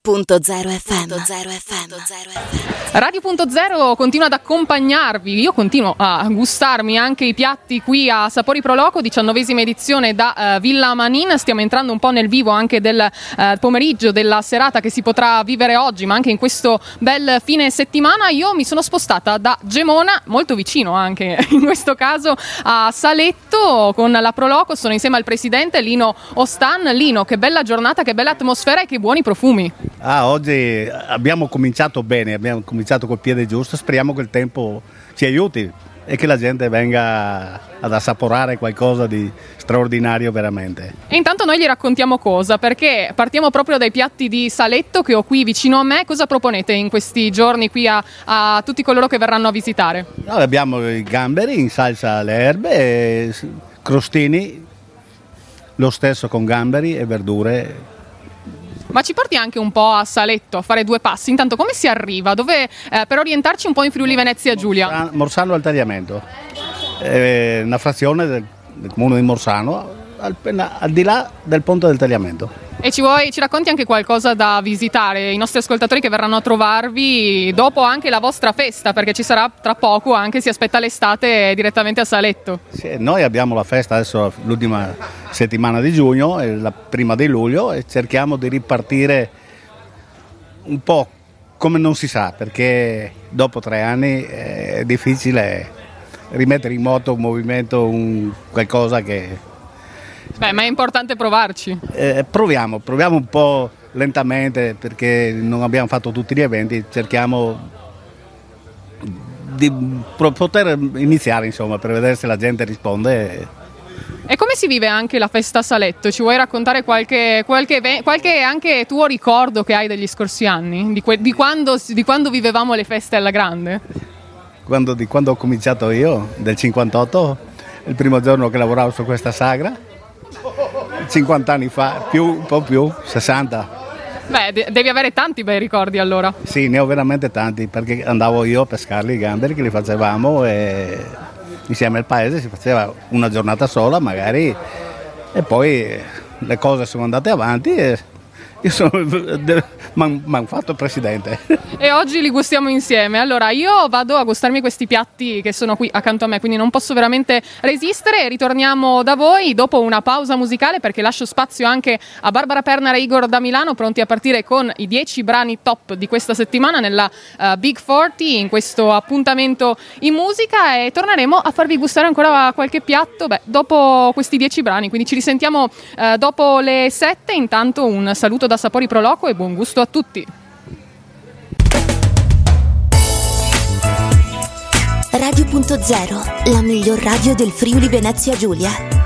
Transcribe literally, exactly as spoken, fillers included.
Punto zero F M. Radio Punto Zero continua ad accompagnarvi, io continuo a gustarmi anche i piatti qui a Sapori Pro Loco, diciannovesima edizione da uh, Villa Manin. Stiamo entrando un po' nel vivo anche del uh, pomeriggio, della serata che si potrà vivere oggi, ma anche in questo bel fine settimana. Io mi sono spostata da Gemona, molto vicino anche in questo caso, a Saletto con la Pro Loco. Sono insieme al presidente Lino Ostan. Lino, che bella giornata, che bella atmosfera e che buoni profumi. Ah, oggi abbiamo cominciato bene, abbiamo cominciato col piede giusto, speriamo che il tempo ci aiuti e che la gente venga ad assaporare qualcosa di straordinario veramente. E intanto noi gli raccontiamo cosa, perché partiamo proprio dai piatti di Saletto che ho qui vicino a me. Cosa proponete in questi giorni qui a, a tutti coloro che verranno a visitare? No, abbiamo i gamberi in salsa alle erbe, e crostini, lo stesso con gamberi e verdure. Ma ci porti anche un po' a Saletto a fare due passi. Intanto come si arriva? Dove, eh, per orientarci un po' in Friuli Venezia Giulia? Morsano al Tagliamento, è una frazione del, del comune di Morsano, al, al di là del ponte del Tagliamento. E ci, vuoi, ci racconti anche qualcosa da visitare? I nostri ascoltatori che verranno a trovarvi dopo anche la vostra festa, perché ci sarà tra poco, anche si aspetta l'estate direttamente a Saletto. Sì, noi abbiamo la festa adesso l'ultima settimana di giugno e la prima di luglio, e cerchiamo di ripartire un po' come non si sa, perché dopo tre anni è difficile rimettere in moto un movimento, un qualcosa che... Beh, ma è importante provarci. Eh, proviamo, proviamo un po' lentamente, perché non abbiamo fatto tutti gli eventi, cerchiamo di poter iniziare, insomma, per vedere se la gente risponde. E come si vive anche la festa a Saletto? Ci vuoi raccontare qualche, qualche, qualche anche tuo ricordo che hai degli scorsi anni? Di, que, di, quando, di quando vivevamo le feste alla grande? Quando, di quando ho cominciato io, del cinquantotto, il primo giorno che lavoravo su questa sagra, cinquanta anni fa, più, un po' più, sessanta. Beh, de- devi avere tanti bei ricordi allora. Sì, ne ho veramente tanti, perché andavo io a pescarli i gamberi che li facevamo e insieme al paese si faceva una giornata sola magari, e poi le cose sono andate avanti e io sono mi hanno fatto presidente. E oggi li gustiamo insieme. Allora io vado a gustarmi questi piatti che sono qui accanto a me, quindi non posso veramente resistere. Ritorniamo da voi dopo una pausa musicale, perché lascio spazio anche a Barbara Pernara e Igor da Milano, pronti a partire con i dieci brani top di questa settimana nella uh, Big quaranta, in questo appuntamento in musica, e torneremo a farvi gustare ancora qualche piatto beh, dopo questi dieci brani, quindi ci risentiamo uh, dopo le sette. Intanto un saluto da Sapori Pro Loco e buon gusto a tutti. Radio Punto Zero, la miglior radio del Friuli Venezia Giulia.